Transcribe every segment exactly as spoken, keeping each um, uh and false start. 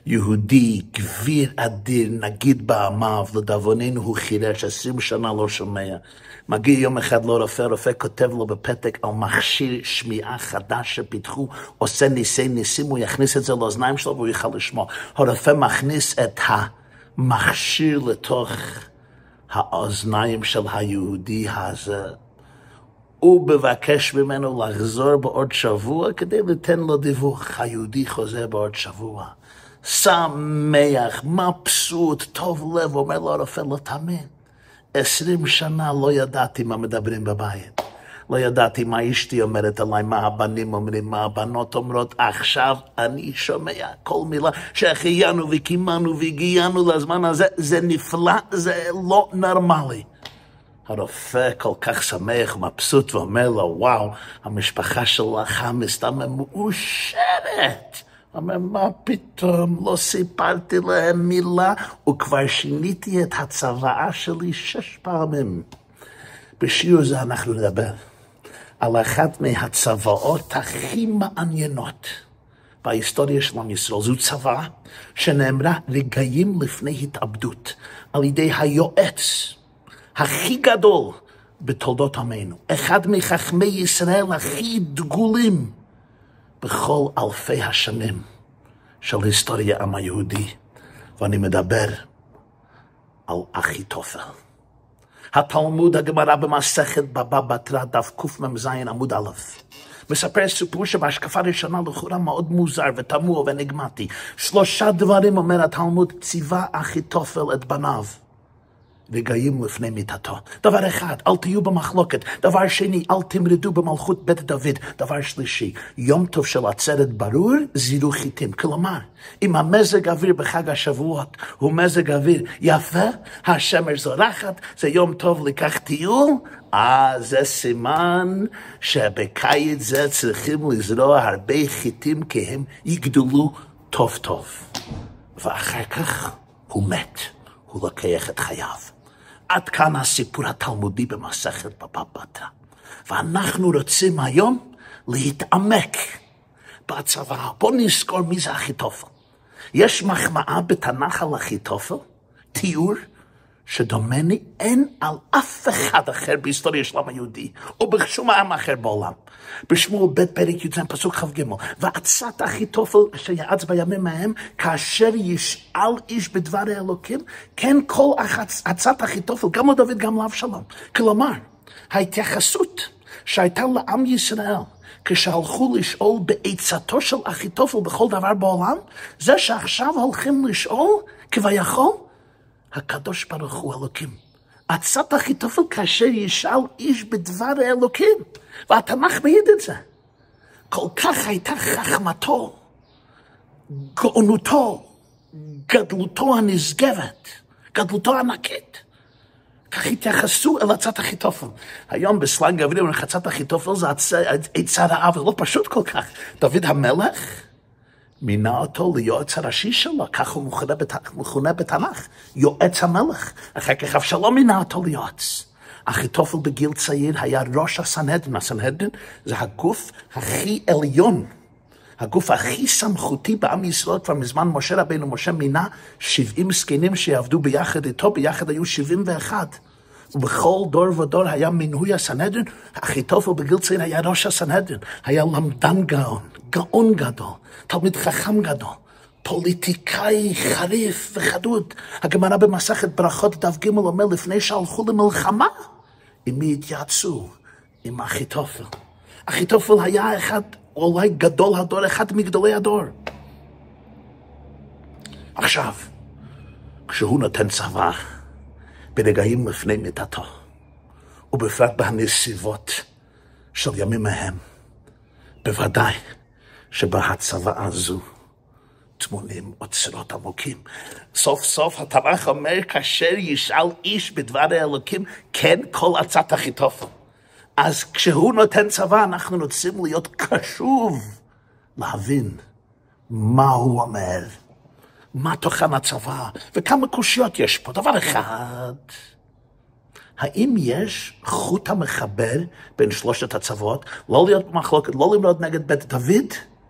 יהודי, גביר אדיר, נגיד בעמיו, לדאבוננו הוא חירש, עשרים שנה לא שומע. מגיע יום אחד לא רופא, רופא כותב לו בפתק על מכשיר שמיעה חדש שפיתחו, עושה ניסי ניסים, הוא יכניס את זה לאוזניים שלו והוא יוכל לשמוע. הרופא מכניס את המכשיר לתוך האוזניים של היהודי הזה. הוא מבקש ממנו לחזור בעוד שבוע כדי לתן לו דיווח. היהודי חוזר בעוד שבוע. שמח, מבסוט, טוב לב, אומר לו הרופא, לא תאמין. עשרים שנה לא ידעתי מה מדברים בבית. לא ידעתי מה אשתי אומרת עליי, מה הבנים אומרים, מה הבנות אומרות. עכשיו אני שומע כל מילה שהחיינו וקימנו והגיענו לזמן הזה. זה נפלא, זה לא נורמלי. הרופא כל כך שמח ומבסוט ואומר לו, וואו, המשפחה שלך מסתם מאושרת. אומר, מה פתאום, לא סיפרתי להם מילה, וכבר שיניתי את הצוואה שלי שש פעמים. בשיעור זה אנחנו נדבר על אחת מהצוואות הכי מעניינות בהיסטוריה של עם ישראל. זו צוואה שנאמרה רגעים לפני התאבדות על ידי היועץ הכי גדול בתולדות עמנו. אחד מחכמי ישראל הכי דגולים בכל אלפי השנים של היסטוריה העם היהודי. ואני מדבר על אחיתופל. התלמוד הגמרא במסכת בבא בתרא דף קמ"ז עמוד א' מספר סיפור שבהשקפה ראשונה לכאורה מאוד מוזר ותמוה ונגמתי. שלושה דברים אומר התלמוד ציווה אחיתופל את בניו רגעים לפני מיתתו. דבר אחד, אל תהיו במחלוקת. דבר שני, אל תמרדו במלכות בית דוד. דבר שלישי, יום טוב של עצרת ברור, זירו חיטים. כלומר, אם המזג אוויר בחג השבועות הוא מזג אוויר יפה, השמש זורחת, זה יום טוב לקח טיול, אה, זה סימן שבקיץ זה צריכים לזרוע הרבה חיטים כי הם יגדלו טוב טוב. ואחר כך הוא מת, הוא לוקח את חייו. עד כאן הסיפור התלמודי במסכת בבא בתרא. ואנחנו רוצים היום להתעמק בצוואה. בואו נזכור מי זה אחיתופל. יש מחמאה בתנ"ך על אחיתופל, תיאור שדומני אין על אף אחד אחר בהיסטוריה של העם היהודי, או בשום עם אחר בעולם. בשמואל ב' פרק י"ז פסוק כ"ג, ועצת אחיתופל אשר יעץ בימים ההם, כאשר ישאל איש בדבר האלוקים, כן כל עצת אחיתופל, גם לדוד גם לאבשלום. כלומר, ההתייחסות שהייתה לעם ישראל, כשהלכו לשאול בעצתו של אחיתופל בכל דבר בעולם, זה שעכשיו הולכים לשאול כביכול, הקדוש ברוך הוא אלוקים. עצת אחיתופל כאשר ישאל איש בדבר האלוקים. והתנ"ך מעיד את זה. כל כך הייתה חכמתו, גאונותו, גדלותו הנשגבת, גדלותו הענקית. כך התייחסו אל עצת אחיתופל. היום בסלנג העברי אומרים עצת אחיתופל זה עצה רעה ולא פשוט כל כך. דוד המלך מינה אותו ליועץ הראשי שלו, כך הוא מכונה בתנ"ך, יועץ המלך. אחר כך אבשלום מינה אותו ליועץ. אחיתופל בגיל צעיר היה ראש הסנהדרין. הסנהדרין זה הגוף הכי עליון, הגוף הכי סמכותי בעם ישראל. כבר מזמן משה רבינו, משה מינה שבעים זקנים שיעבדו ביחד איתו, ביחד היו שבעים ואחת. ובכל דור ודור היה מינוי הסנהדרין. אחיתופל בגיל צעיר היה ראש הסנהדרין, היה למדן גאון, גאון גדול, תלמיד חכם גדול, פוליטיקאי חריף וחדוד. הגמרא במסכת ברכות דף ג' אומר, לפני שהלכו למלחמה, עם מי התייעצו? עם אחיתופל. אחיתופל היה אחד, אולי גדול הדור, אחד מגדולי הדור. עכשיו, כשהוא נותן צבא, ברגעים לפני מיתתו, ובפרט בנסיבות של ימים ההם, בוודאי שבהצוואה הזו תמונים אוצרות עמוקים. סוף סוף התנ"ך אומר, כאשר ישאל איש בדבר האלוקים, כן כל עצת אחיתופל. אז כשהוא נותן צבא, אנחנו רוצים להיות קשוב, להבין מה הוא אומר, מה תוכן הצבא, וכמה קושיות יש פה. דבר אחד, האם יש חוט המחבר בין שלושת הצבאות, לא להיות במחלוקת, לא למרוד נגד בית דוד,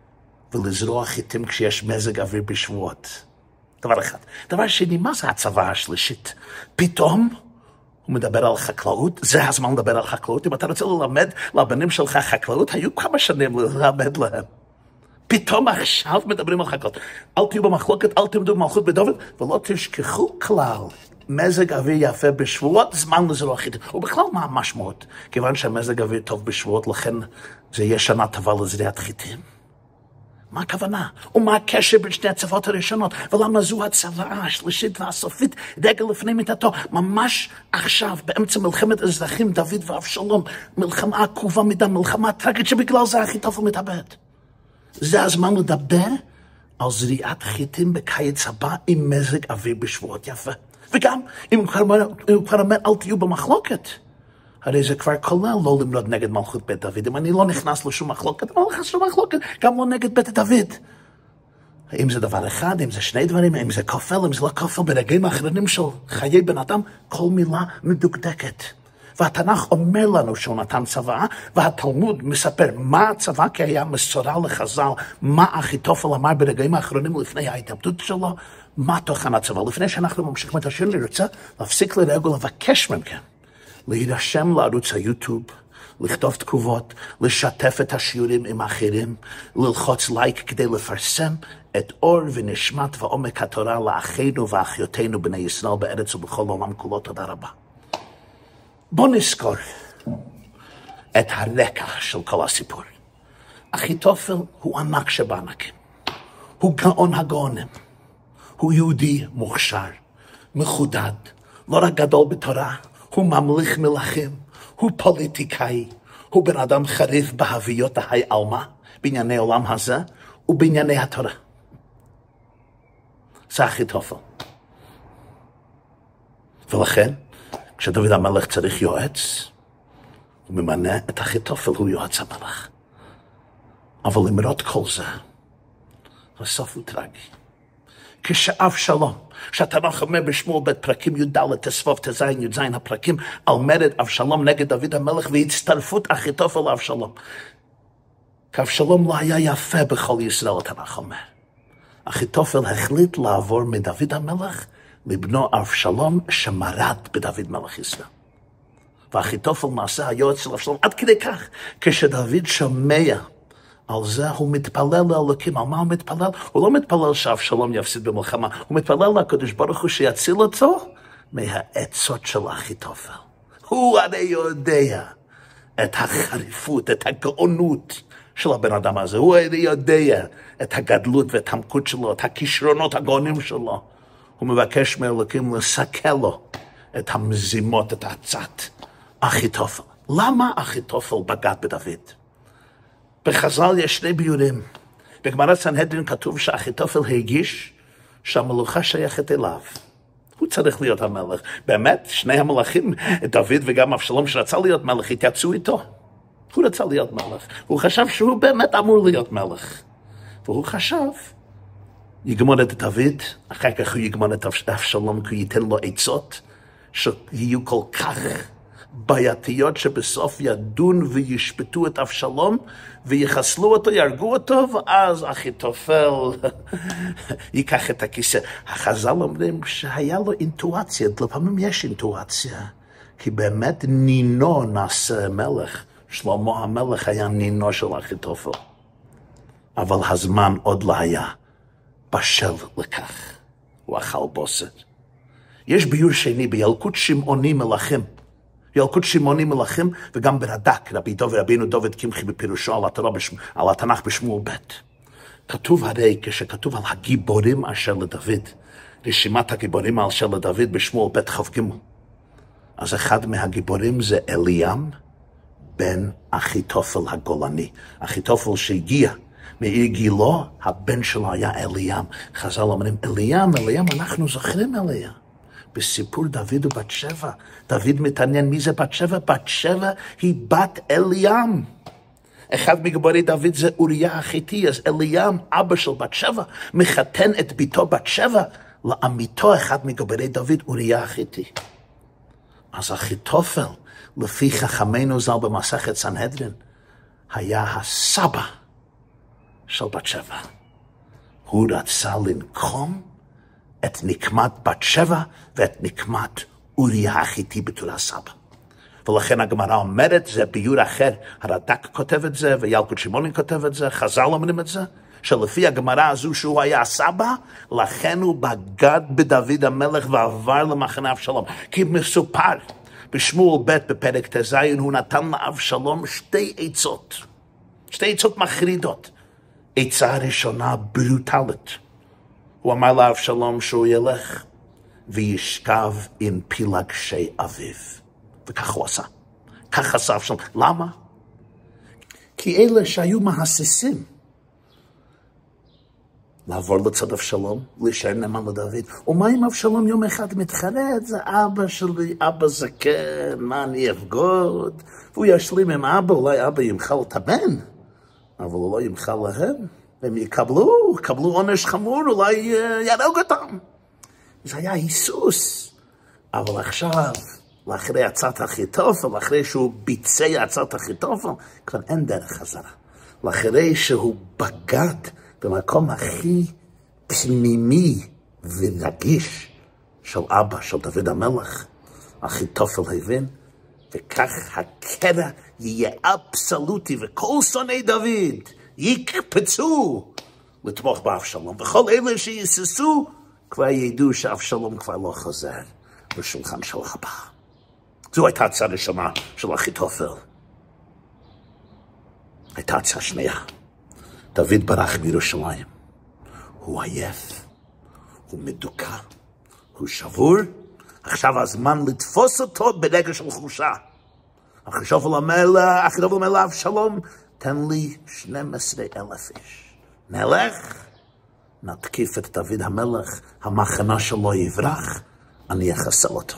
ולזרוע חיטים כשיש מזג אוויר בשבועות. דבר אחד. דבר שני, מה זה הצבא השלישית? פתאום הוא מדבר על חקלאות, זה הזמן לדבר על חקלאות. אם אתה רוצה ללמד לבנים שלך חקלאות, היו כמה שנים ללמד להם. פתאום עכשיו מדברים על חקלאות. אל תהיו במחלוקת, אל תלמדו במלכות בדוד, ולא תשכחו כלל. מזג אוויר יפה בשבועות, זמן לזרוע חיטים. ובכלל מה המשמעות? כיוון שהמזג אוויר טוב בשבועות, לכן זה יהיה שנה טובה לזריעת חיטים. מה הכוונה? ומה הקשר בין שני הצוות הראשונות? ולמה זו הצוואה השלישית והסופית, רגע לפני מיתתו? ממש עכשיו, באמצע מלחמת אזרחים, דוד ואבשלום, מלחמה עקובה מדם, מלחמה טרגית, שבגלל זה אחיתופל מתאבד. זה הזמן לדבר על זריעת חיטים בקיץ הבא עם מזג אוויר בשבועות יפה. וגם, אם הוא כבר אומר, אל תהיו במחלוקת. הרי זה כבר כולל לא למרוד נגד מלכות בית דוד. אם אני לא נכנס לשום מחלוקת, לא נכנס לשום מחלוקת, גם לא נגד בית דוד. אם זה דבר אחד, אם זה שני דברים, אם זה כופל, אם זה לא כופל, ברגעים האחרונים של חיי בן אדם, כל מילה מדוקדקת. והתנ"ך אומר לנו שהוא נתן צוואה, והתלמוד מספר מה הצוואה, כי היה מסורה לחז"ל, מה אחיתופל אמר ברגעים האחרונים לפני ההתאבדות שלו, מה תוכן הצוואה. לפני שאנחנו ממשיכים את השיר, אני רוצה להפסיק לרגע ולבקש מכם. להירשם לערוץ היוטיוב, לכתוב תגובות, לשתף את השיעורים עם אחרים, ללחוץ לייק כדי לפרסם את אור ונשמת ועומק התורה לאחינו ואחיותינו בני ישראל בארץ ובכל העולם כולו. תודה רבה. בואו נזכור את הרקע של כל הסיפור. אחיתופל הוא ענק שבענקים. הוא גאון הגאונים. הוא יהודי מוכשר, מחודד, לא רק גדול בתורה, הוא ממליך מלכים, הוא פוליטיקאי, הוא בן אדם חריף בהוויות ההי עלמא, בענייני עולם הזה ובענייני התורה. זה אחיתופל. ולכן, כשדוד המלך צריך יועץ, הוא ממנה את אחיתופל, הוא יועץ המלך. אבל למרות כל זה, הסוף הוא טרגי. כשאבשלום, שהתנ"ך אומר בשמואל ב' פרקים י"ד, תסבוב, תז, י"ז הפרקים, על מרד אבשלום נגד דוד המלך והצטרפות אחיתופל לאבשלום. כי אבשלום לא היה יפה בכל ישראל, התנ"ך אומר. אחיתופל החליט לעבור מדוד המלך לבנו אבשלום שמרד בדוד מלך ישראל. ואחיתופל מעשה היועץ של אבשלום עד כדי כך, כשדוד שומע על זה הוא מתפלל לאלוקים. על מה הוא מתפלל? הוא לא מתפלל שאבשלום יפסיד במלחמה, הוא מתפלל לקדוש ברוך הוא שיציל אותו מהעצות של אחיתופל. הוא הרי יודע את החריפות, את הגאונות של הבן אדם הזה. הוא הרי יודע את הגדלות ואת המקות שלו, את הכישרונות הגאונים שלו. הוא מבקש מאלוקים לסכל לו את המזימות, את העצת אחיתופל. למה אחיתופל בגד בדוד? בחז"ל יש שני ביורים. בגמרא סנהדרין כתוב שאחיתופל הרגיש שהמלוכה שייכת אליו. הוא צריך להיות המלך. באמת, שני המלכים, דוד וגם אבשלום שרצה להיות מלך, התייעצו איתו. הוא רצה להיות מלך. הוא חשב שהוא באמת אמור להיות מלך. והוא חשב, יגמור את דוד, אחר כך הוא יגמור את אבשלום, כי הוא ייתן לו עצות, שיהיו כל כך בעייתיות שבסוף ידון וישפטו את אבשלום ויחסלו אותו, ירגו אותו, ואז אחיתופל ייקח את הכיסא. החז"ל אומרים שהיה לו אינטואציה, לפעמים יש אינטואציה, כי באמת נינו נעשה מלך. שלמה המלך היה נינו של אחיתופל, אבל הזמן עוד לא היה בשל לכך. הוא אכל בוסר. יש ביור שני בילקוט שמעוני מלכים, ילקוט שמעוני מלכים, וגם ברד"ק, רבי דוב רבינו דוד קמחי בפירושו על התורה, על התנ"ך בשמואל ב'. כתוב הרי, כשכתוב על הגיבורים אשר לדוד, רשימת הגיבורים אשר לדוד בשמואל ב' כ"ג, אז אחד מהגיבורים זה אליאם בן אחיתופל הגולני. אחיתופל שהגיע מעיר גילו, הבן שלו היה אליאם. חז"ל אומרים, אליאם, אליאם, אנחנו זוכרים אליאם. בסיפור דוד ובת שבע, דוד מתעניין מי זה בת שבע? בת שבע היא בת אליאם. אחד מגיבורי דוד זה אוריה החיתי, אז אליאם, אבא של בת שבע, מחתן את ביתו בת שבע לעמיתו, אחד מגיבורי דוד, אוריה החיתי. אז אחיתופל, לפי חכמינו ז"ל במסכת סנהדרין, היה הסבא של בת שבע. הוא רצה לנקום את נקמת בת שבע ואת נקמת אוריה החיתי בתור הסבא. ולכן הגמרא אומרת, זה ביור אחר, הרד"ק כותב את זה, וילקוט שמעוני כותב את זה, חז"ל אומרים את זה, שלפי הגמרא הזו שהוא היה הסבא, לכן הוא בגד בדוד המלך ועבר למחנה אבשלום. כי מסופר בשמואל ב' בפרק ט"ז, הוא נתן לאבשלום שתי עצות, שתי עצות מחרידות. עצה הראשונה ברוטלית. הוא אמר לאבשלום שהוא ילך וישכב עם פילגשי אביו. וכך הוא עשה. כך עשה אבשלום. למה? כי אלה שהיו מהססים לעבור לצד אבשלום, להישאר נאמן לדוד. ומה אם אבשלום יום אחד מתחרט? זה אבא שלי, אבא זקן, מה אני אבגוד? והוא ישלים עם אבא, אולי אבא ימחל את הבן, אבל הוא לא ימחל להם. הם יקבלו, יקבלו עונש חמור, אולי יהרוג אותם. זה היה היסוס. אבל עכשיו, לאחרי עצת אחיתופל, אחרי שהוא ביצע עצת אחיתופל, כבר אין דרך חזרה. לאחרי שהוא בגד במקום הכי פנימי ונגיש של אבא, של דוד המלך, אחיתופל הבין, וכך הקרע יהיה אבסולוטי, וכל שונאי דוד יקפצו לתמוך באבשלום, וכל אלה שיססו כבר ידעו שאבשלום כבר לא חוזר לשולחן של אבא. זו הייתה הצעה ראשונה של אחיתופל. הייתה הצעה שנייה. דוד ברח בירושלים. הוא עייף, הוא מדוכא, הוא שבור. עכשיו הזמן לתפוס אותו ברגע של חולשה. אחיתופל אומר לאבשלום, תן לי שנים עשר אלף איש. נלך, נתקיף את דוד המלך, המחנה שלו יברח, אני אחסל אותו.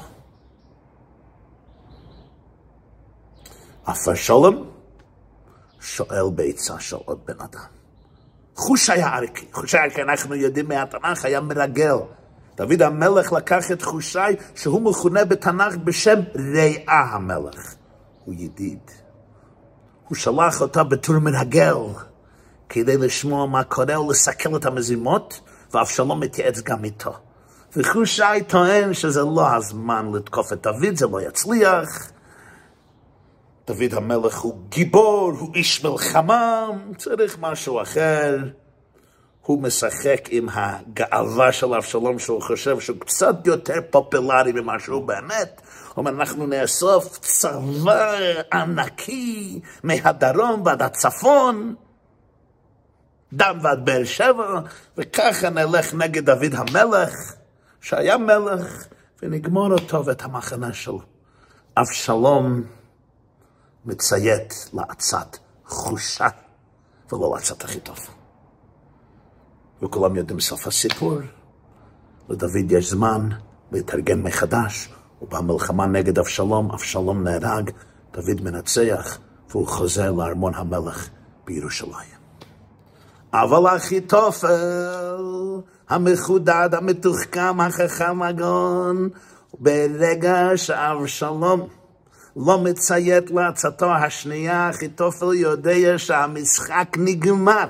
אבשלום שואל בעצה של עוד בן אדם. חושי הערכי, חושי הערכי, אנחנו יודעים מהתנ"ך, היה מרגל. דוד המלך לקח את חושי, שהוא מכונה בתנ"ך בשם רעה המלך. הוא ידיד. הוא שלח אותה בתור מרגל, כדי לשמוע מה קורה ולסכל את המזימות, ואבשלום מתייעץ גם איתו. וחושי טוען שזה לא הזמן לתקוף את דוד, זה לא יצליח. דוד המלך הוא גיבור, הוא איש מלחמה, צריך משהו אחר. הוא משחק עם הגאווה של אבשלום, שהוא חושב שהוא קצת יותר פופולרי ממה שהוא באמת. הוא אומר, אנחנו נאסוף צבא ענקי מהדרום ועד הצפון, דן ועד באר שבע, וככה נלך נגד דוד המלך, שהיה מלך, ונגמור אותו ואת המחנה של אבשלום. מציית לעצת חושה ולא לעצת אחיתופל. וכולם יודעים סוף הסיפור. לדוד יש זמן להתארגן מחדש, ובמלחמה נגד אבשלום, אבשלום נהרג, דוד מנצח, והוא חוזר לארמון המלך בירושלים. אבל אחיתופל, המחודד, המתוחכם, החכם הגאון, ברגע שאבשלום לא מציית לעצתו השנייה, אחיתופל יודע שהמשחק נגמר.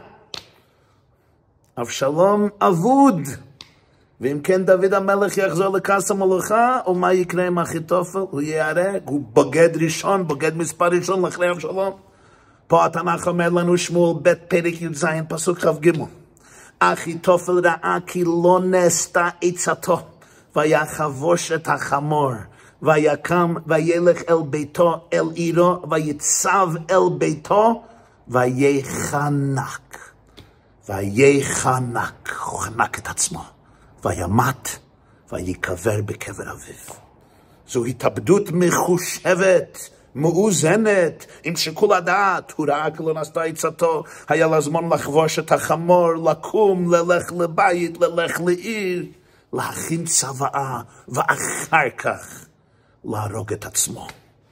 אבשלום אבוד. ואם כן דוד המלך יחזור לכס המלוכה, או מה יקרה עם אחיתופל? הוא ייהרג, הוא בוגד ראשון, בוגד מספר ראשון לאחרי אבשלום. פה התנ"ך אומר לנו שמואל ב' פרק י"ז פסוק כ"ג. אחיתופל ראה כי לא נעשתה עצתו, ויחבוש את החמור. ויקם וילך אל ביתו אל עירו, ויצב אל ביתו, ויחנק. ויחנק, הוא חנק את עצמו. וימת, ויקבר בקבר אביו. זו התאבדות מחושבת, מאוזנת, עם שיקול הדעת. הוא ראה כי לא נעשתה עצתו, היה לה זמן לחבוש את החמור, לקום, ללך לבית, ללך לעיר, להכין צוואה, ואחר כך להרוג את עצמו.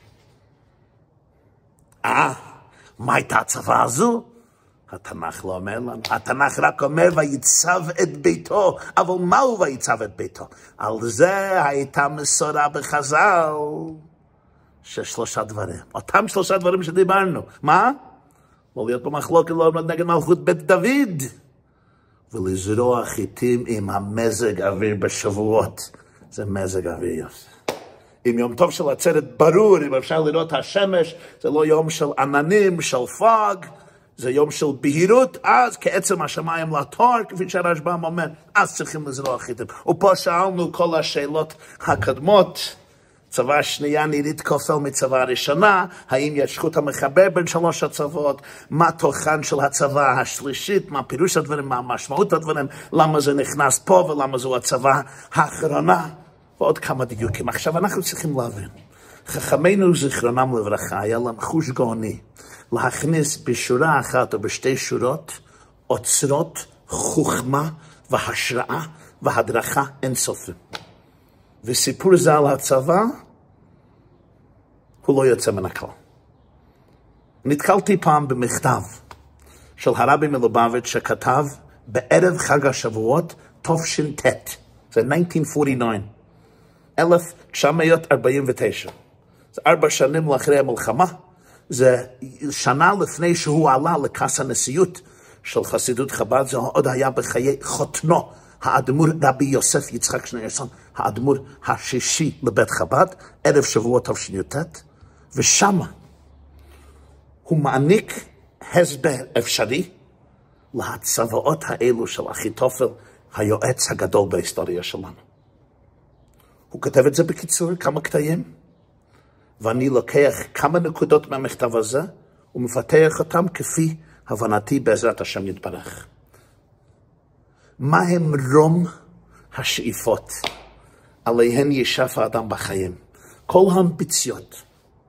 אה, מה הייתה הצוואה הזו? התנ"ך לא אומר לנו. התנ"ך רק אומר ויצב את ביתו. אבל מהו ויצב את ביתו? על זה הייתה מסורה בחז"ל ששלושה דברים. אותם שלושה דברים שדיברנו. מה? לא להיות במחלוקת לא נגד מלכות בית דוד, ולזרוע חיטים עם המזג אוויר בשבועות. זה מזג אוויר יפה. עם יום טוב של עצרת ברור, אם אפשר לראות השמש, זה לא יום של עננים, של פוג, זה יום של בהירות, אז כעצם השמיים לתואר, כפי שהרשב"ם אומר, אז צריכים לזרוע חיטים. ופה שאלנו כל השאלות הקדמות, צבא השנייה נירית כופל מצבא הראשונה, האם יש זכות המחבר בין שלוש הצבאות, מה תוכן של הצבא השלישית, מה פירוש הדברים, מה משמעות הדברים, למה זה נכנס פה ולמה זו הצבא האחרונה, ועוד כמה דיוקים. עכשיו אנחנו צריכים להבין, חכמינו זיכרונם לברכה, היה להם חוש גאוני, להכניס בשורה אחת או בשתי שורות, אוצרות, חוכמה והשראה והדרכה אינסופיים. וסיפור זה על הצבא, הוא לא יוצא מן הכלל. נתקלתי פעם במכתב של הרבי מלובביץ' שכתב בערב חג השבועות תש"ט, זה אלף תשע מאות ארבעים ותשע. זה ארבע שנים לאחרי המלחמה, זה שנה לפני שהוא עלה לכס הנשיאות של חסידות חב"ד, זה עוד היה בחיי חותנו, האדמו"ר רבי יוסף יצחק שניירסון, האדמו"ר השישי לבית חב"ד, ערב שבוע תש"ט, ושמה הוא מעניק הסבר אפשרי להצוואות האלו של אחיתופל, היועץ הגדול בהיסטוריה שלנו. הוא כתב את זה בקיצור, כמה קטעים, ואני לוקח כמה נקודות מהמכתב הזה, ומפתח אותם כפי הבנתי בעזרת השם יתברך. מה הם רום השאיפות עליהן ישאף האדם בחיים? כל האמביציות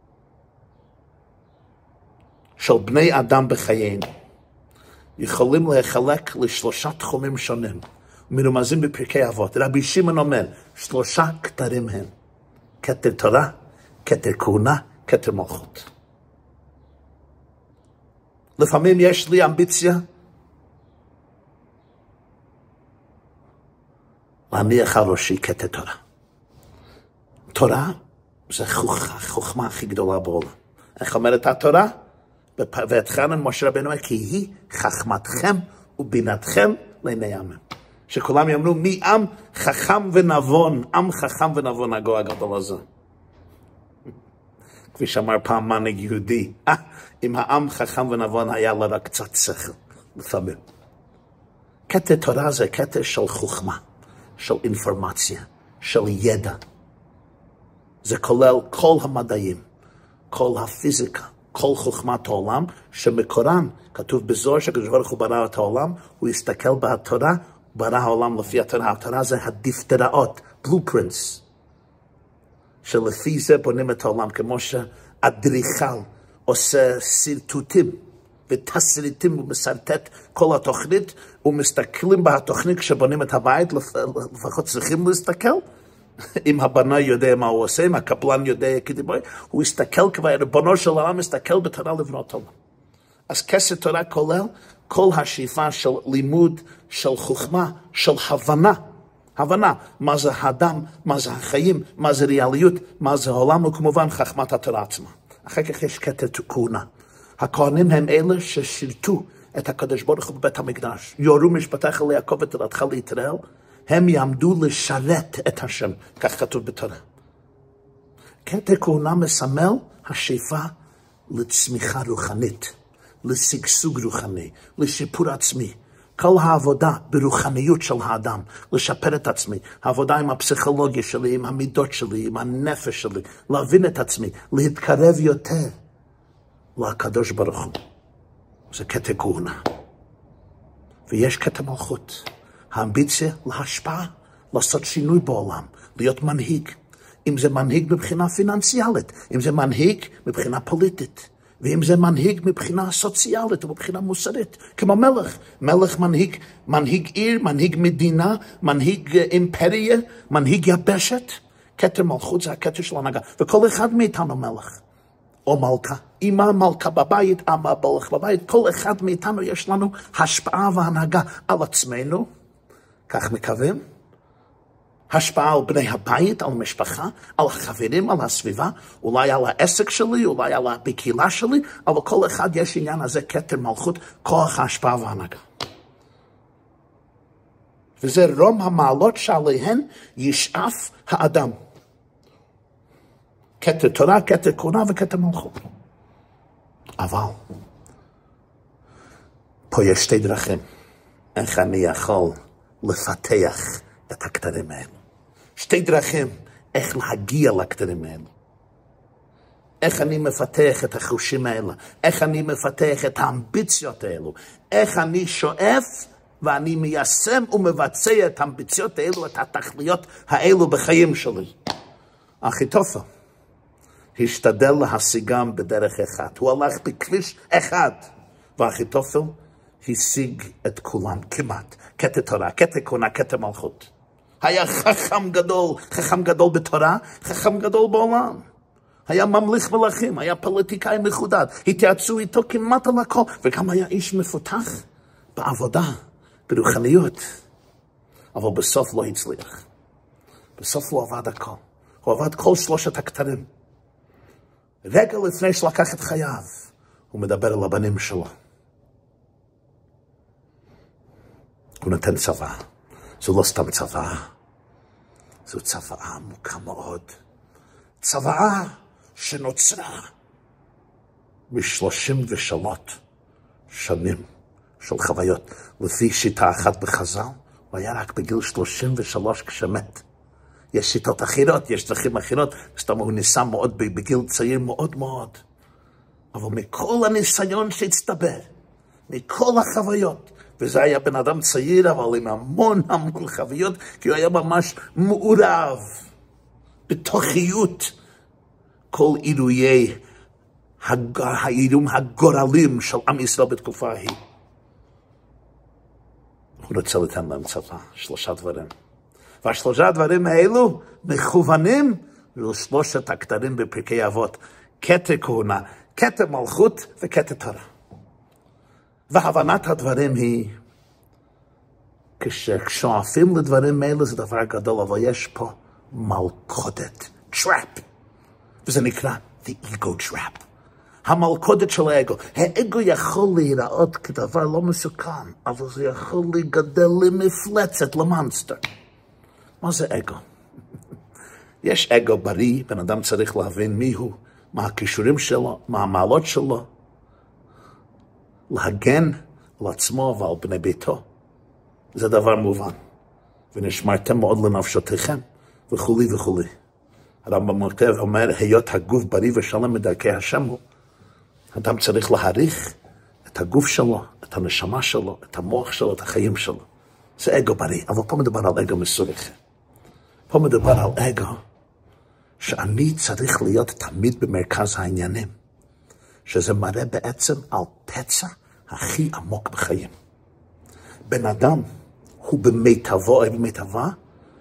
של בני אדם בחיינו יכולים להחלק לשלושה תחומים שונים, מרומזים בפרקי אבות. רבי שמעון אומר, שלושה כתרים הם, כתר תורה, כתר כהונה, כתר מלכות. לפעמים יש לי אמביציה להניח על ראשי כתר תורה. תורה זה החוכמה הכי גדולה בעולם. איך אומרת התורה? ואתחנן משה רבנו אומר, כי היא חכמתכם ובינתכם לעיני עמם. שכולם יאמרו, מי עם חכם ונבון, עם חכם ונבון הגוי הגדול הזה. כפי שאמר פעם מנהיג יהודי, אה, אם העם חכם ונבון היה לה רק קצת שכל, לפעמים. כתר תורה זה כתר של חוכמה, של אינפורמציה, של ידע. זה כולל כל המדעים, כל הפיזיקה, כל חוכמת העולם, שמקורן, כתוב בזוהר שהקדוש ברוך הוא ברא את העולם, הוא הסתכל בתורה, ברא העולם לפי התורה. התורה זה הדיפתראות, blueprints, שלפי זה בונים את העולם, כמו שאדריכל עושה סרטוטים ותסריטים ומסרטט כל התוכנית, ומסתכלים בתוכנית כשבונים את הבית, לפחות צריכים להסתכל. אם הבנה יודע מה הוא עושה, אם הקפלן יודע כדיבוי, הוא יסתכל כבר, ריבונו של עולם מסתכל בתורה לבנות עולם. אז כסר תורה כולל כל השאיפה של לימוד, של חוכמה, של הבנה. הבנה, מה זה האדם, מה זה החיים, מה זה ריאליות, מה זה העולם, וכמובן חכמת התורה עצמה. אחר כך יש כתר כהונה. הכהנים הם אלה ששירתו את הקדוש ברוך הוא בבית המקדש. יורו משפטיך ליעקב ותורתך לישראל, הם יעמדו לשרת את השם, כך כתוב בתורה. כתר כהונה מסמל השאיפה לצמיחה רוחנית, לשגשוג רוחני, לשיפור עצמי. כל העבודה ברוחניות של האדם, לשפר את עצמי, העבודה עם הפסיכולוגיה שלי, עם המידות שלי, עם הנפש שלי, להבין את עצמי, להתקרב יותר לקדוש ברוך הוא. זה כתר כהונה. ויש כתר מלכות. האמביציה להשפעה, לעשות שינוי בעולם, להיות מנהיג. אם זה מנהיג מבחינה פיננסיאלית, אם זה מנהיג מבחינה פוליטית, ואם זה מנהיג מבחינה סוציאלית ומבחינה מוסרית, כמו מלך. מלך מנהיג, מנהיג עיר, מנהיג מדינה, מנהיג אימפריה, מנהיג יבשת. כתר מלכות זה הכתר של הנהגה. וכל אחד מאיתנו מלך. או מלכה. אמא מלכה בבית, אבא מלך בבית. כל אחד מאיתנו יש לנו השפעה והנהגה על עצמנו, כך מקווים, השפעה על בני הבית, על המשפחה, על החברים, על הסביבה, אולי על העסק שלי, אולי על בקהילה שלי, אבל כל אחד יש עניין הזה, כתר מלכות, כוח ההשפעה וההנהגה. וזה רום המעלות שעליהן ישאף האדם. כתר תורה, כתר כהונה וכתר מלכות. אבל פה יש שתי דרכים. איך אני יכול לפתח את הכתרים האלו. שתי דרכים איך להגיע לכתרים האלו. איך אני מפתח את החושים האלו. איך אני מפתח את האמביציות האלו. איך אני שואף ואני מיישם ומבצע את האמביציות האלו, את התכליות האלו בחיים שלי. אחיתופל השתדל להשיגם בדרך אחד. הוא הלך בכביש אחד. ואחיתופל השיג את כולם כמעט. כתר תורה, כתר כהונה, כתר מלכות. היה חכם גדול, חכם גדול בתורה, חכם גדול בעולם. היה ממליך מלכים, היה פוליטיקאי מחודד. התייעצו איתו כמעט על הכל, וגם היה איש מפותח בעבודה, ברוחניות. אבל בסוף לא הצליח. בסוף הוא עבד הכל. הוא עבד כל שלושת הכתרים. רגע לפני שלקח את חייו, הוא מדבר על הבנים שלו. הוא נותן צבא. זו לא סתם צבא. זו צבאה עמוקה מאוד. צבאה שנוצרה משלושים ושלוש שנים של חוויות. לפי שיטה אחת בחז"ל, הוא היה רק בגיל שלושים ושלוש כשמת. יש שיטות אחרות, יש דרכים אחרות, סתם הוא ניסה מאוד בגיל צעיר מאוד מאוד. אבל מכל הניסיון שהצטבר, מכל החוויות, וזה היה בן אדם צעיר, אבל עם המון המון חוויות, כי הוא היה ממש מעורב בתוכיות כל אירועי האירועים הגורלים של עם ישראל בתקופה ההיא. הוא רוצה לתת להם צבא, שלושה דברים. והשלושה הדברים האלו מכוונים לשלושת הכתרים בפרקי אבות. כתר כהונה, כתר מלכות וכתר תורה. והבנת הדברים היא, כששואפים לדברים האלה זה דבר גדול, אבל יש פה מלכודת, trap. וזה נקרא the ego trap. המלכודת של האגו. האגו יכול להיראות כדבר לא מסוכן, אבל זה יכול להיגדל למפלצת, למונסטר. מה זה אגו? יש אגו בריא, בן אדם צריך להבין מיהו, מה הכישורים שלו, מה המעלות שלו, להגן על עצמו ועל בני ביתו. זה דבר מובן. ונשמרתם מאוד לנפשותיכם, וכולי וכולי. הרמב"ם כותב, אומר, היות הגוף בריא ושלם מדרכי השם הוא, אדם צריך להעריך את הגוף שלו, את הנשמה שלו, את המוח שלו, את החיים שלו. זה אגו בריא, אבל פה מדובר על אגו מסוג אחר. פה מדובר על אגו שאני צריך להיות תמיד במרכז העניינים, שזה מראה בעצם על פצע הכי עמוק בחיים. בן אדם הוא במיטבו, או במיטבה,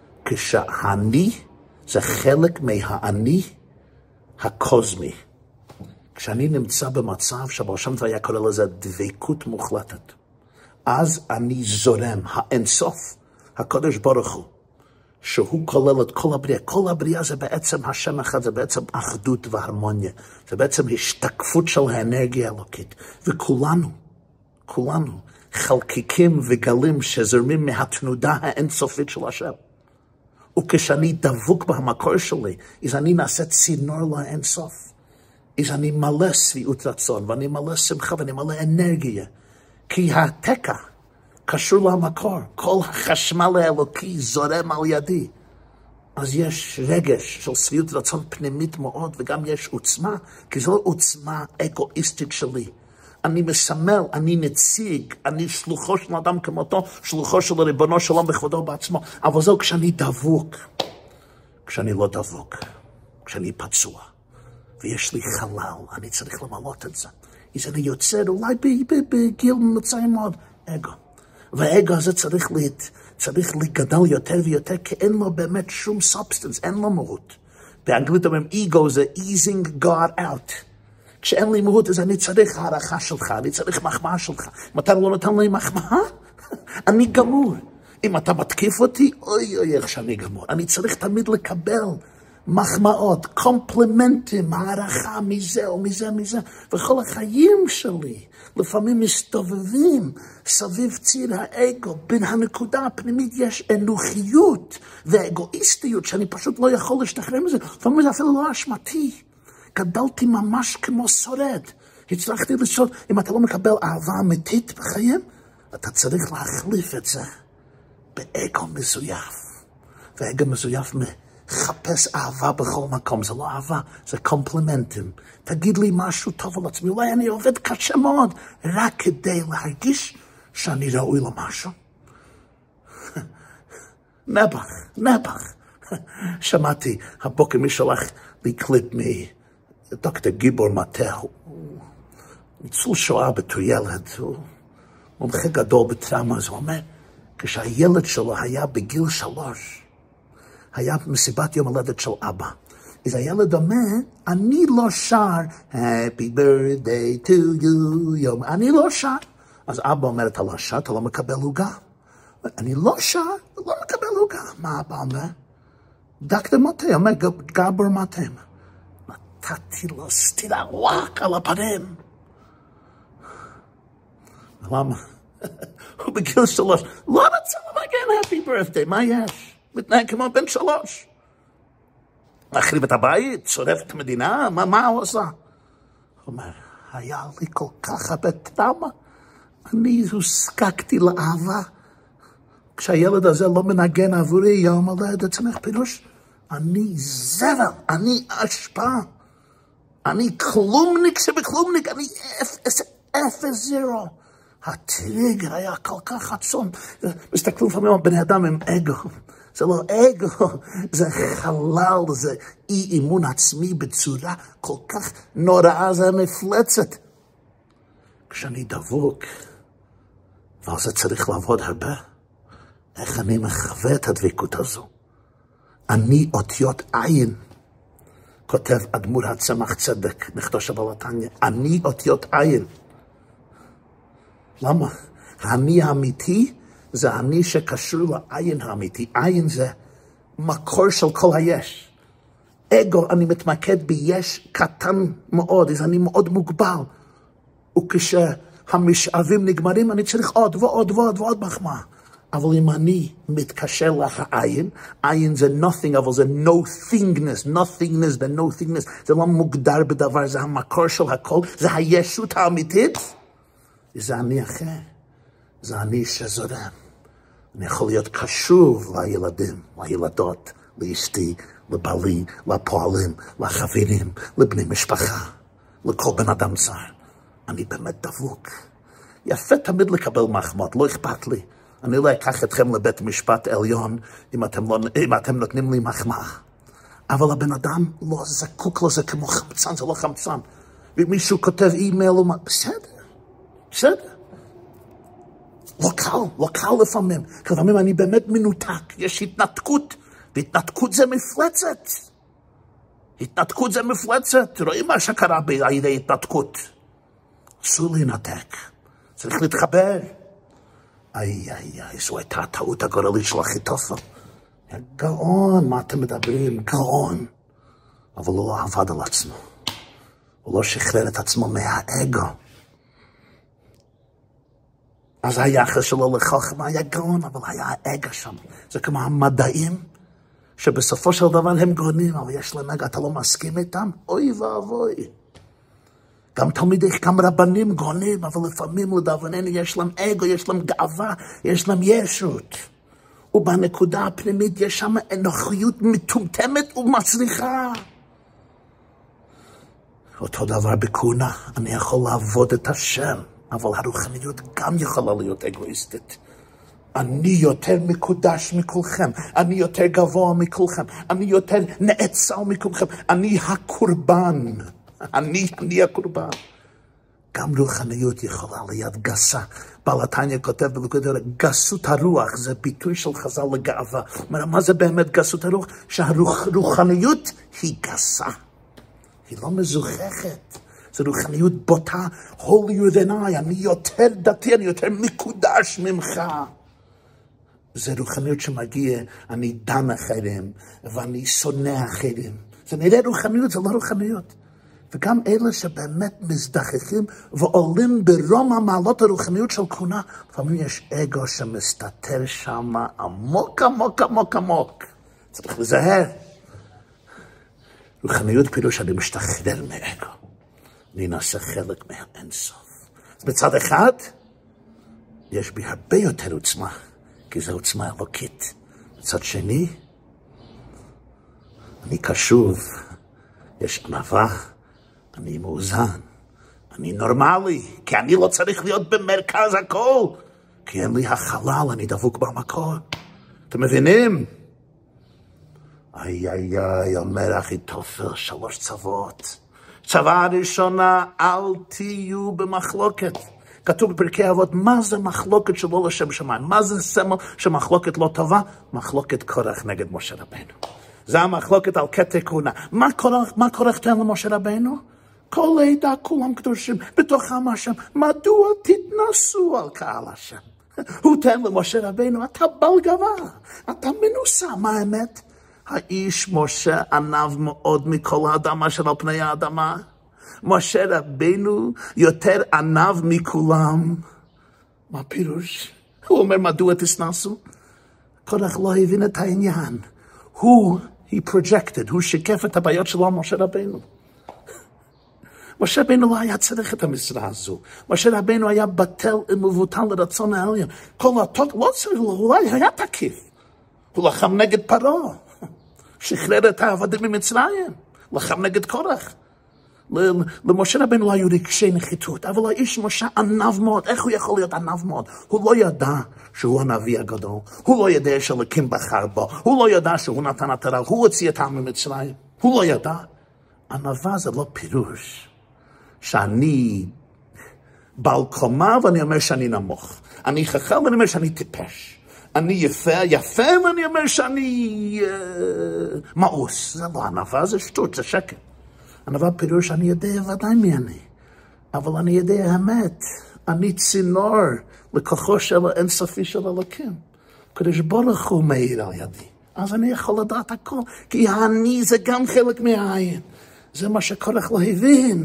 כשהאני זה חלק מהאני הקוסמי. כשאני נמצא במצב שבו שם היה קורא לזה דבקות מוחלטת, אז אני זורם, האינסוף, הקדוש ברוך הוא, שהוא כולל את כל הבריאה. כל הבריאה זה בעצם השם אחד, זה בעצם אחדות והרמוניה. זה בעצם השתקפות של האנרגיה האלוקית. וכולנו, כולנו, חלקיקים וגלים שזורמים מהתנודה האינסופית של השם. וכשאני דבוק במקור שלי, אז אני נעשה צינור לאינסוף. אז אני מלא שביעות רצון, ואני מלא שמחה, ואני מלא אנרגיה. כי התקע קשור למקור. כל החשמל האלוקי זורם על ידי. אז יש רגש של שביעות רצון פנימית מאוד, וגם יש עוצמה, כי זו לא עוצמה אגואיסטית שלי. אני מסמל, אני נציג, אני שלוחו של אדם כמותו, שלוחו של ריבונו שלום בכבודו בעצמו. אבל זהו כשאני דבוק, כשאני לא דבוק, כשאני פצוע, ויש לי חלל, אני צריך למלות את זה. אז אני יוצר אולי בגיל מצרים מאוד, אגו. והאגו הזה צריך, להת, צריך לגדל יותר ויותר, כי אין לו באמת שום סובסטנס, אין לו מהות. באנגלית אומרים, אגו זה easing God out. כשאין לי מהות, אז אני צריך הערכה שלך, אני צריך מחמאה שלך. אם אתה לא נותן לי מחמאה, אני גמור. אם אתה מתקיף אותי, אוי אוי איך שאני גמור. אני צריך תמיד לקבל מחמאות, קומפלימנטים, הערכה מזה או מזה מזה. וכל החיים שלי לפעמים מסתובבים סביב ציר האגו. בין הנקודה הפנימית יש אנוכיות ואגואיסטיות שאני פשוט לא יכול להשתחרר מזה. לפעמים זה אפילו לא אשמתי. גדלתי ממש כמו שורד. הצלחתי לשאול, אם אתה לא מקבל אהבה אמיתית בחיים, אתה צריך להחליף את זה באגו מזויף. ואגו מזויף מחפש אהבה בכל מקום. זה לא אהבה, זה קומפלימנטים. תגיד לי משהו טוב על עצמי, אולי אני עובד קשה מאוד, רק כדי להרגיש שאני ראוי למשהו. נבח, נבח. שמעתי, הבוקר מי שלח לי קליפ מדוקטור גיבור מטה, ניצול שואה בתור ילד, הוא מומחה גדול בטראומה, אז הוא אומר, כשהילד שלו היה בגיל שלוש, היה מסיבת יום הולדת של אבא. אז הילד אומר, אני לא שר, Happy birthday to you, יום, אני לא שר. אז אבא אומר, אתה לא שר, אתה לא מקבל הוגה. אני לא שר, לא מקבל הוגה. מה אבא אומר? דוקטור מטה, אומר, גבר מטה. נתתי לו סטירה וואק על הפנים. למה? הוא בגיל שלוש, לא רצה למגן Happy birthday, מה יש? מתנהג כמו בן שלוש. להחריב את הבית, שורף את המדינה, מה, מה הוא עושה? הוא אומר, היה לי כל כך הרבה טראומה, אני הוזקקתי לאהבה. כשהילד הזה לא מנגן עבורי יום הולדת, צריך פירוש, אני זרע, אני אשפה, אני כלומניק שבכלומניק, אני אפס, אפס זירו. הטריגר היה כל כך עצום. מסתכלו לפעמים על בני אדם עם אגו. זה לא אגו, זה חלל, זה אי אימון עצמי בצורה כל כך נוראה, זה מפלצת. כשאני דבוק, ועל זה צריך לעבוד הרבה, איך אני מחווה את הדבקות הזו? אני אותיות עין, כותב אדמו"ר הצמח צדק, נכדו שבעל התניא, אני אותיות עין. למה? האני האמיתי זה האני שקשור לעין האמיתי. עין זה מקור של כל היש. אגו, אני מתמקד ביש קטן מאוד, אז אני מאוד מוגבל. וכשהמשאבים נגמרים, אני צריך עוד ועוד ועוד ועוד מחמאה. אבל אם אני מתקשר לעין, עין זה nothing, אבל זה no-thingness, nothingness, the no-thingness, זה לא מוגדר בדבר, זה המקור של הכל, זה הישות האמיתית. זה אני אחר, זה אני שזורם. אני יכול להיות קשוב לילדים, לילדות, לאשתי, לבעלי, לפועלים, לחברים, לבני משפחה, לכל בן אדם צר. אני באמת דבוק. יפה תמיד לקבל מחמאות, לא אכפת לי. אני לא אקח אתכם לבית משפט עליון אם אתם, לא, אם אתם נותנים לי מחמאה. אבל הבן אדם לא זקוק לזה כמו חמצן, זה לא חמצן. ומישהו כותב אימייל, בסדר. בסדר. לא קל, לא קל לפעמים. לפעמים אני באמת מנותק. יש התנתקות. והתנתקות זה מפלצת. התנתקות זה מפלצת. רואים מה שקרה בידי התנתקות. אסור להינתק. צריך להתחבר. איי, איי, איי, זו הייתה הטעות הגורלית של אחיתופל. גאון, מה אתם מדברים? גאון. אבל הוא לא עבד על עצמו. הוא לא שחרר את עצמו מהאגו. אז היחס שלו לחוכמה היה גאון, אבל היה האגו שם. זה כמו המדעים, שבסופו של דבר הם גאונים, אבל יש להם אגו, אתה לא מסכים איתם? אוי ואבוי. גם תלמידי, גם רבנים גאונים, אבל לפעמים לדאבוננו יש להם אגו, יש להם גאווה, יש להם ישות. ובנקודה הפנימית יש שם אנוכיות מטומטמת ומצליחה. אותו דבר בכהונה, אני יכול לעבוד את השם. אבל הרוחניות גם יכולה להיות אגואיסטית. אני יותר מקודש מכולכם, אני יותר גבוה מכולכם, אני יותר נאצל מכולכם, אני הקורבן, אני, אני הקורבן. גם רוחניות יכולה להיות גסה. בעל התניא כותב בליקוד תורה, גסות הרוח זה ביטוי של חז"ל לגאווה. מה זה באמת גסות הרוח? שהרוחניות היא גסה, היא לא מזוכחת. זו רוחניות בוטה, holier than I, אני יותר דתי, אני יותר מקודש ממך. זה רוחניות שמגיע, אני דן אחרים, ואני שונא אחרים. זה נראה רוחניות, זה לא רוחניות. וגם אלה שבאמת מזדחכים ועולים ברום המעלות הרוחניות של כהונה, לפעמים יש אגו שמסתתר שם עמוק עמוק עמוק עמוק. צריך לזהר. רוחניות פירוש אני משתחרר מאגו. אני נעשה חלק מהאינסוף. אז בצד אחד, יש בי הרבה יותר עוצמה, כי זו עוצמה אלוקית. בצד שני, אני קשוב, יש ענווה, אני מאוזן, אני נורמלי, כי אני לא צריך להיות במרכז הכל, כי אין לי החלל, אני דבוק במקור. אתם מבינים? איי איי איי, אומר אחיתופל, שלוש צוות. צבא הראשונה, אל תהיו במחלוקת. כתוב בפרקי אבות, מה זה מחלוקת שלא לשם שמיים? מה זה סמל שמחלוקת לא טובה? מחלוקת קורח נגד משה רבנו. זה המחלוקת על קטע כהונה. מה קורח, מה קורח תן למשה רבנו? כל העדה כולם קדושים, בתוכם השם. מדוע תתנסו על קהל השם? הוא תן למשה רבנו, אתה בל גבה, אתה מנוסה, מה האמת? האיש משה ענב מאוד מכל האדם אשר על פני האדמה. משה רבנו יותר ענב מכולם. מה פירוש? הוא אומר מדוע תסנסו? קורח לא הבין את העניין. הוא, he projected, הוא שיקף את הבעיות שלו על משה רבנו. משה רבנו לא היה צריך את המשרה הזו. משה רבנו היה בטל ומבוטל לרצון העליון. כל התוק לא צריך, אולי היה תקיף. הוא לחם נגד פרעה. שחרר את העבדים ממצרים. לחם נגד קורח. למשה רבנו לא היו רגשי נחיתות, אבל האיש משה ענב מאוד. איך הוא יכול להיות ענב מאוד? הוא לא ידע שהוא הנביא הגדול, הוא לא ידע שאלוקים בחר בו, הוא לא ידע שהוא נתן את הרב, הוא הוציא את העם ממצרים, הוא לא ידע. ענווה זה לא פירוש שאני בעל קומה ואני אומר שאני נמוך, אני חכם ואני אומר שאני טיפש, אני יפה יפה ואני אומר שאני uh, מאוס. זה לא ענווה, זה שטות, זה שקר. ענווה פירוש אני יודע ודאי מי אני, אבל אני יודע האמת. אני צינור לכוחו של האינסופי של אלוקים. קדוש ברוך הוא מאיר על ידי. אז אני יכול לדעת הכל, כי אני זה גם חלק מהעין. זה מה שקורח לא הבין.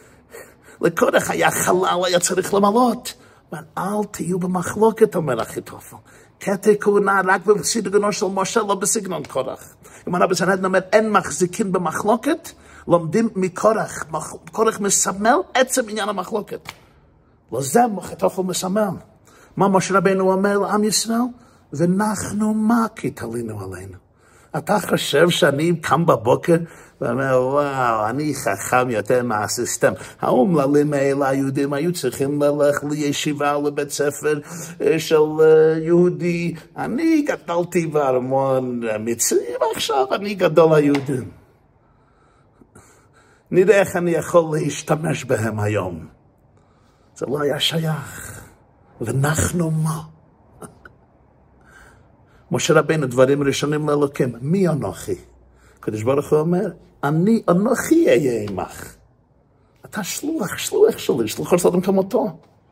לקורח היה חלל, היה צריך למלות. אבל אל תהיו במחלוקת, אומר אחיתופל. קטע כהונה רק בסגנונו של משה, לא בסגנון קורח. אם אנחנו בסנהדרין אומר, אין מחזיקים במחלוקת, לומדים מקורח. קורח מסמל עצם עניין המחלוקת. לא זה אחיתופל מסמל. מה משה רבנו אומר לעם ישראל? ואנחנו מה כי תלינו עלינו. אתה חושב שאני קם בבוקר ואומר, וואו, אני חכם יותר מהסיסטם. האומללים האלה היהודים היו צריכים ללכת לישיבה לבית ספר של יהודי. אני גדלתי בארמון מצרי, ועכשיו אני גדול היהודים. נראה איך אני יכול להשתמש בהם היום. זה לא היה שייך. ואנחנו מה? משה רבנו, דברים ראשונים לאלוקים, מי אנוכי? הקדוש ברוך הוא אומר, אני אנוכי אהיה עמך. אתה שלוח, שלוח שלי, שלוחו של אדם כמותו.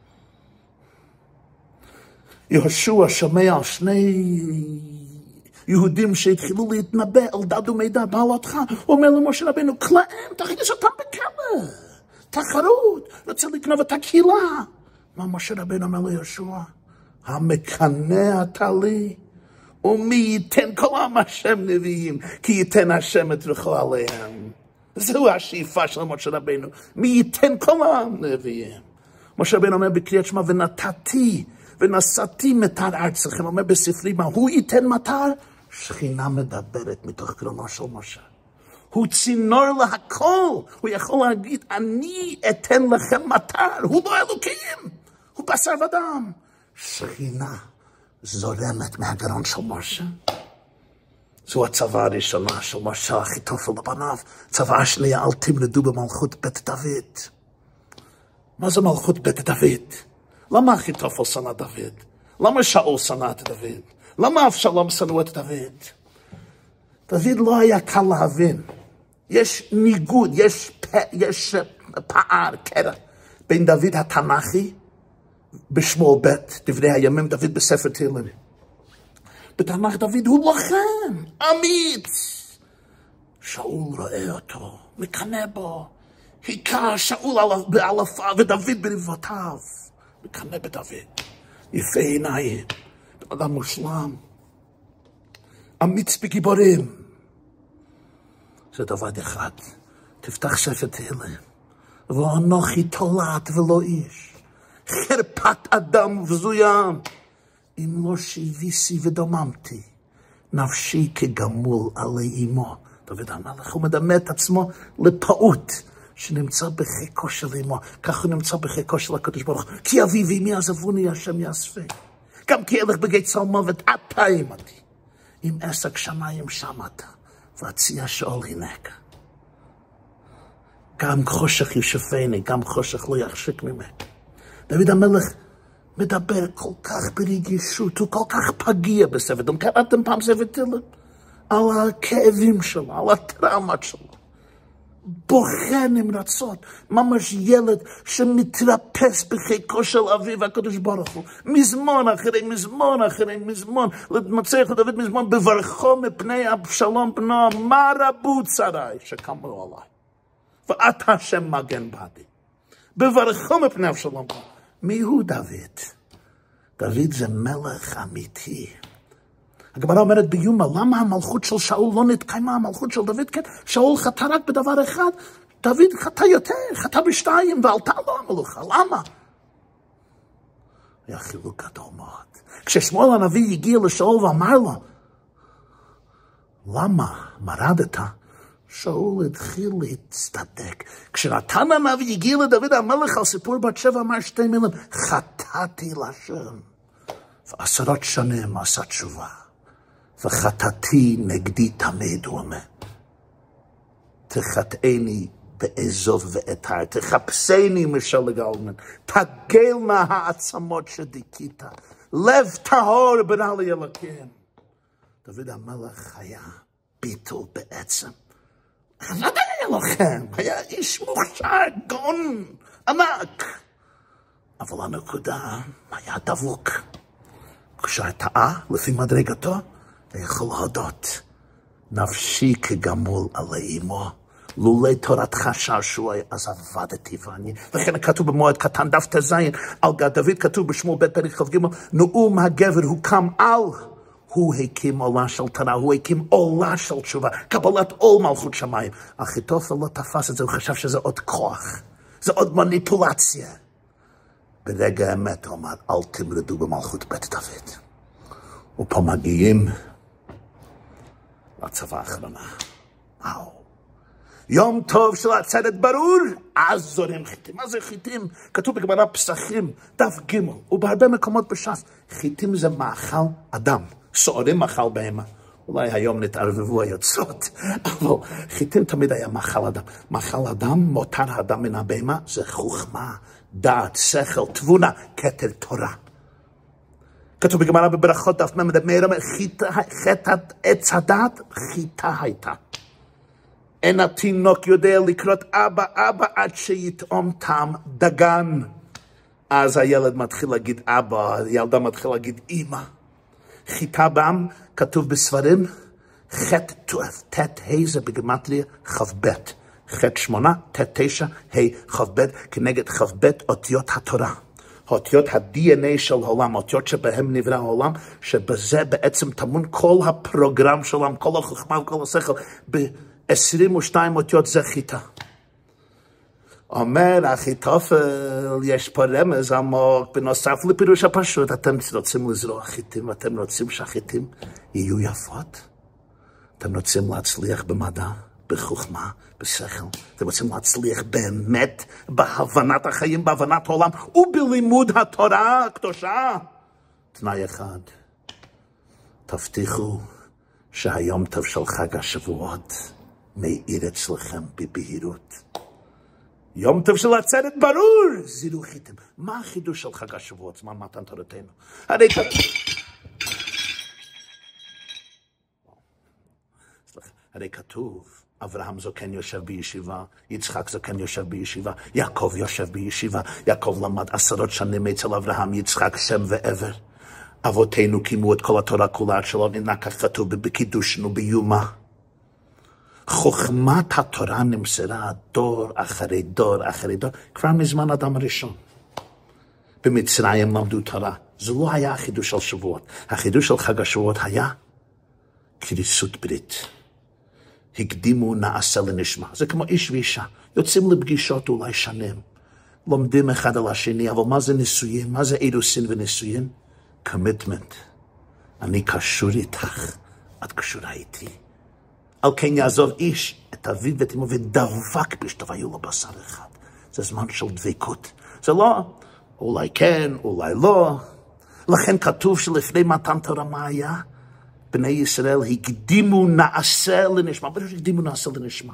יהושע שומע שני יהודים שהתחילו להתנבא על דד ומידע בעלתך, הוא אומר למשה רבנו, כלאים, תכניס אותם בכלא. תחרות, רוצה לקנוב את הקהילה. מה משה רבנו אומר ליהושע? המקנא אתה לי, ומי ייתן כל עם השם נביאים, כי ייתן השם את רוחו עליהם. זו השאיפה של משה רבנו. מי ייתן כל העם נביאים. משה רבנו אומר בקריאת שמע, ונתתי ונשאתי מטר ארצכם. אומר בספרי מה, הוא ייתן מטר? שכינה מדברת מתוך קרונו של משה. הוא צינור להכל. הוא יכול להגיד, אני אתן לכם מטר. הוא לא אלוקים. הוא בשר ודם. שכינה זורמת מהגרון של משה. זו הצבא הראשונה של משה, אחיתופל לבניו. צבא השנייה, אל תמרדו במלכות בית דוד. מה זה מלכות בית דוד? למה אחיתופל שנא דוד? למה שאול שנא את דוד? למה אבשלום שנאו את דוד? דוד לא היה קל להבין. יש ניגוד, יש, פ... יש פער, קרע, בין דוד התנ"כי, בשמואל ב', דברי הימים, דוד בספר תהילים. בתנ"ך דוד הוא לוחם, אמיץ. שאול רואה אותו, מקנא בו. היכה שאול באלפיו ודוד ברבבותיו. מקנא בדוד. יפה עיניים. אדם מושלם. אמיץ בגיבורים. זה דבר אחד. תפתח ספר תהילים. ואנוכי תולעת ולא איש. חרפת אדם ובזויה. אם לא שהביסי ודוממתי, נפשי כגמול עלי אמו. דוד המלך הוא מדמה את עצמו לפעוט שנמצא בחיקו של אמו. כך הוא נמצא בחיקו של הקדוש ברוך הוא. כי אבי ואמי עזבוני השם יאספי. גם כי אלך בגיא צל מוות אתה עמדי. אם עסק שמיים שמעת והציע שאול הנק. גם חושך ישפני, גם חושך לא יחשיק ממך. דוד המלך מדבר כל כך ברגישות, הוא כל כך פגיע בספר. אתם קראתם פעם ספר תהילים? על הכאבים שלו, על הטראומות שלו. בוכה נמרצות, ממש ילד שמתרפס בחיקו של אביו הקדוש ברוך הוא. מזמון אחרי מזמון אחרי מזמון, מצליח לדוד מזמון, בברכו מפני אבשלום בנו, מה רבו צריי שקמו עליי. ואת השם מגן בעדי. בברכו מפני אבשלום בנו. מי הוא דוד? דוד זה מלך אמיתי. הגמרא אומרת ביומא, למה המלכות של שאול לא נתקיימה, המלכות של דוד? כן, שאול חטא רק בדבר אחד, דוד חטא יותר, חטא בשתיים, ועלתה לו המלוכה. למה? היה חילוק גדול מאוד. כששמואל הנביא הגיע לשאול ואמר לו, למה מרדת? שאול התחיל להצטדק. כשנתן הנביא הגיע לדוד המלך על סיפור בת שבע, אמר שתי מילים, חטאתי לשם. ועשרות שנים עשה תשובה. וחטאתי נגדי תמיד, הוא אומר. תחטאני באזוב ואתר, תחפשני משל הגלמן, תגלנה העצמות שדיכית, לב טהור בנה לי אלוקים. דוד המלך היה ביטול בעצם. לא היה לוחם, היה איש מוכשר, גאון, ענק. אבל הנקודה היה דבוק. כשהטעה, לפי מדרגתו, היה יכול להודות. נפשי כגמול עלי אמו. לולי תורתך שעשועי, אז עבדתי ואני. לכן כתוב במועד קטן, דף תזיין, על דוד כתוב בשמואל ב' פרק כ"ג, נאום הגבר הוקם על, הוא הקים עולה של תורה, הוא הקים עולה של תשובה, קבלת עול מלכות שמיים. אחיתופל לא תפס את זה, הוא חשב שזה עוד כוח, זה עוד מניפולציה. ברגע האמת הוא אמר, אל תמרדו במלכות בית דוד. ופה מגיעים לצבא האחרונה. וואו. יום טוב של עצרת ברור, אז זורם חיטים. מה זה חיטים? כתוב בגמרא פסחים, דף ג' ובהרבה מקומות בש"ס. חיטים זה מאכל אדם, סוערים מאכל בהמה. אולי היום נתערבבו היוצרות, אבל חיטים תמיד היה מאכל אדם. מאכל אדם, מותר האדם מן הבהמה, זה חוכמה, דעת, שכל, תבונה, כתר תורה. כתוב בגמרא בברכות דף מ' מאיר אומר, חטאת עץ הדעת, חיטה הייתה. אין התינוק יודע לקרות אבא אבא עד שיטעום טעם דגן. אז הילד מתחיל להגיד אבא, הילדה מתחיל להגיד אמא. חיטה בעם, כתוב בספרים, חטא תועף, תת ה' זה בגימטריה כ"ב. חטא שמונה, תת תשע, ה' כ"ב, כנגד כ"ב אותיות התורה. אותיות ה-די אן איי של העולם, אותיות שבהם נברא העולם, שבזה בעצם טמון כל הפרוגרם שלהם, כל החוכמה וכל השכל, ב-עשרים ושתיים אותיות זה חיטה. אומר אחיתופל, יש פה רמז עמוק, בנוסף לפירוש הפשוט, אתם רוצים לזרוע חיטים, אתם רוצים שהחיטים יהיו יפות, אתם רוצים להצליח במדע, בחוכמה, בשכל, אתם רוצים להצליח באמת בהבנת החיים, בהבנת העולם, ובלימוד התורה הקדושה. תנאי אחד, תבטיחו שהיום טוב של חג השבועות מאיר אצלכם בבהירות. יום טוב של עצרת ברור, זירו חיטים. מה החידוש של חג השבועות, זמן מתן תורתנו? הרי כתוב... הרי כתוב, אברהם זוקן יושב בישיבה, יצחק זוקן יושב בישיבה, יעקב יושב בישיבה, יעקב למד עשרות שנים אצל אברהם, יצחק, שם ועבר. אבותינו קיימו את כל התורה כולה שלא ניתנה ככתוב בקידושין וביומא. חוכמת התורה נמסרה דור אחרי דור אחרי דור, כבר מזמן אדם הראשון. במצרים למדו תורה. זה לא היה החידוש של שבועות. החידוש של חג השבועות היה כריסות ברית. הקדימו נעשה לנשמה. זה כמו איש ואישה. יוצאים לפגישות אולי שנים. לומדים אחד על השני, אבל מה זה נישואים? מה זה אירוסין ונישואים? commitment. אני קשור איתך, את קשורה איתי. על כן יעזוב איש את אביו ואת אמו ודבק בשתיו היו לו בשר אחד. זה זמן של דבקות. זה לא, אולי כן, אולי לא. לכן כתוב שלפני מתן תורה מה היה? בני ישראל הקדימו נעשה לנשמה. בטח הקדימו נעשה לנשמה.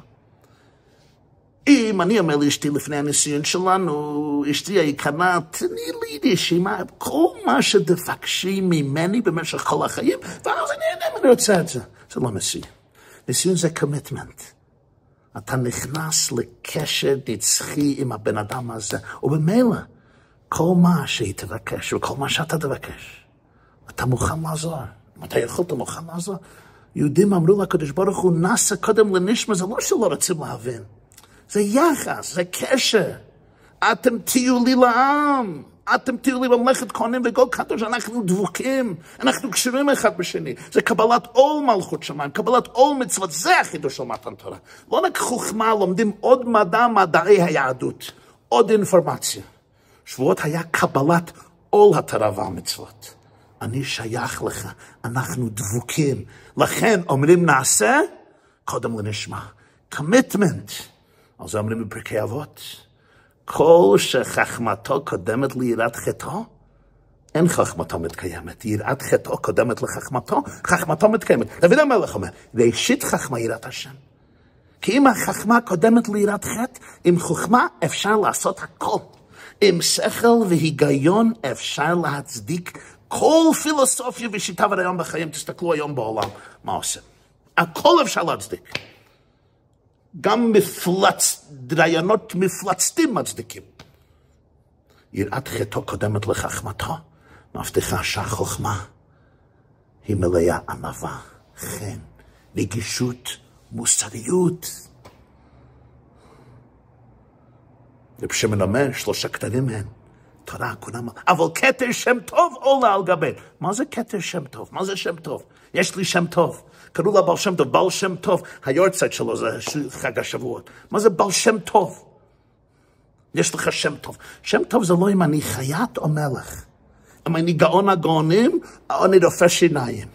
אם אני אומר לאשתי לפני הניסיון שלנו, אשתי היקרה, תני לי רשימה, כל מה שתבקשי ממני במשך כל החיים, ואז אני אענה אם אני רוצה את זה. זה לא ניסיון. ניסיון זה קומיטמנט. אתה נכנס לקשר נצחי עם הבן אדם הזה, ובמילא, כל מה שהיא תבקש, וכל מה שאתה תבקש, אתה מוכן לעזור. אם אתה יכול, אתה מוכן לעזור. יהודים אמרו לקדוש ברוך הוא, נעשה קודם לנשמה, זה לא שלא רוצים להבין. זה יחס, זה קשר. אתם תהיו לי לעם. אתם תהיו לי במלאכת כהנים וגוי קדוש. אנחנו דבוקים. אנחנו קשורים אחד בשני. זה קבלת עול מלכות שמיים, קבלת עול מצוות. זה החידוש של מתן תורה. לא רק חוכמה, לומדים עוד מדע, מדעי היהדות. עוד אינפורמציה. שבועות היה קבלת עול התורה והמצוות. אני שייך לך. אנחנו דבוקים. לכן אומרים נעשה, קודם לנשמה. קומיטמנט. אז זה אומרים בפרקי אבות, כל שחכמתו קודמת ליראת חטאו, אין חכמתו מתקיימת. יראת חטאו קודמת לחכמתו, חכמתו מתקיימת. דוד המלך אומר, ראשית חכמה יראת השם. כי אם החכמה קודמת ליראת חטא, עם חוכמה אפשר לעשות הכל. עם שכל והיגיון אפשר להצדיק כל פילוסופיה ושיטה ורעיון בחיים. תסתכלו היום בעולם, מה עושים? הכל אפשר להצדיק. גם מפלצ... רעיונות מפלצתים מצדיקים. יראת חטאו קודמת לחכמתו, מבטיחה שהחוכמה היא מלאה ענווה, חן, נגישות, מוסריות. רב שמעון אומר, שלושה כתרים הן, תורה, כולם, אבל כתר שם טוב עולה על גבי. מה זה כתר שם טוב? מה זה שם טוב? יש לי שם טוב. קראו לה בעל שם טוב, בעל שם טוב, היורצייט שלו זה חג השבועות. מה זה בעל שם טוב? יש לך שם טוב. שם טוב זה לא אם אני חייט או מלך. אם אני גאון הגאונים, או אני רופא שיניים.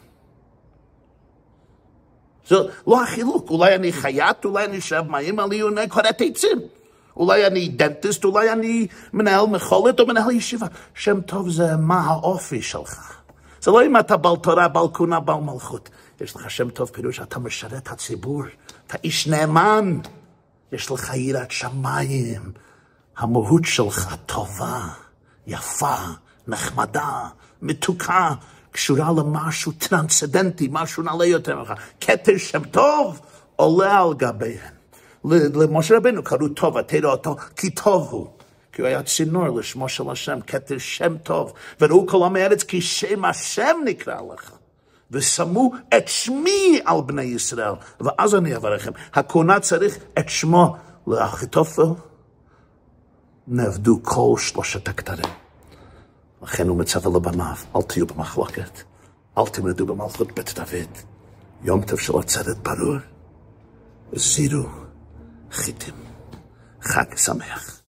זה לא החילוק. אולי אני חייט, אולי אני שב מים, אולי אני קוראת עצים. אולי אני דנטיסט, אולי אני מנהל מכולת או מנהל ישיבה. שם טוב זה מה האופי שלך. זה לא אם אתה בעל תורה, בעל כהונה, בעל מלכות. יש לך שם טוב פירוש, אתה משרת הציבור, אתה איש נאמן, יש לך יראת שמיים, המהות שלך טובה, יפה, נחמדה, מתוקה, קשורה למשהו טרנסצנדנטי, משהו נעלה יותר ממך. כתר שם טוב עולה על גביהם. למשה רבנו קראו טוב, תראה אותו, כי טוב הוא. כי הוא היה צינור לשמו של השם, כתר שם טוב. וראו כל עמי ארץ, כי שם השם נקרא לך. ושמו את שמי על בני ישראל. ואז אני אברכם. הכהונה צריך את שמו לאחיתופל. נעבדו כל שלושת הכתרים. לכן הוא מצווה לבניו, אל תהיו במחלוקת. אל תמרדו במלכות בית דוד. יום טוב של עצרת ברור. זירו חיתים. חג שמח.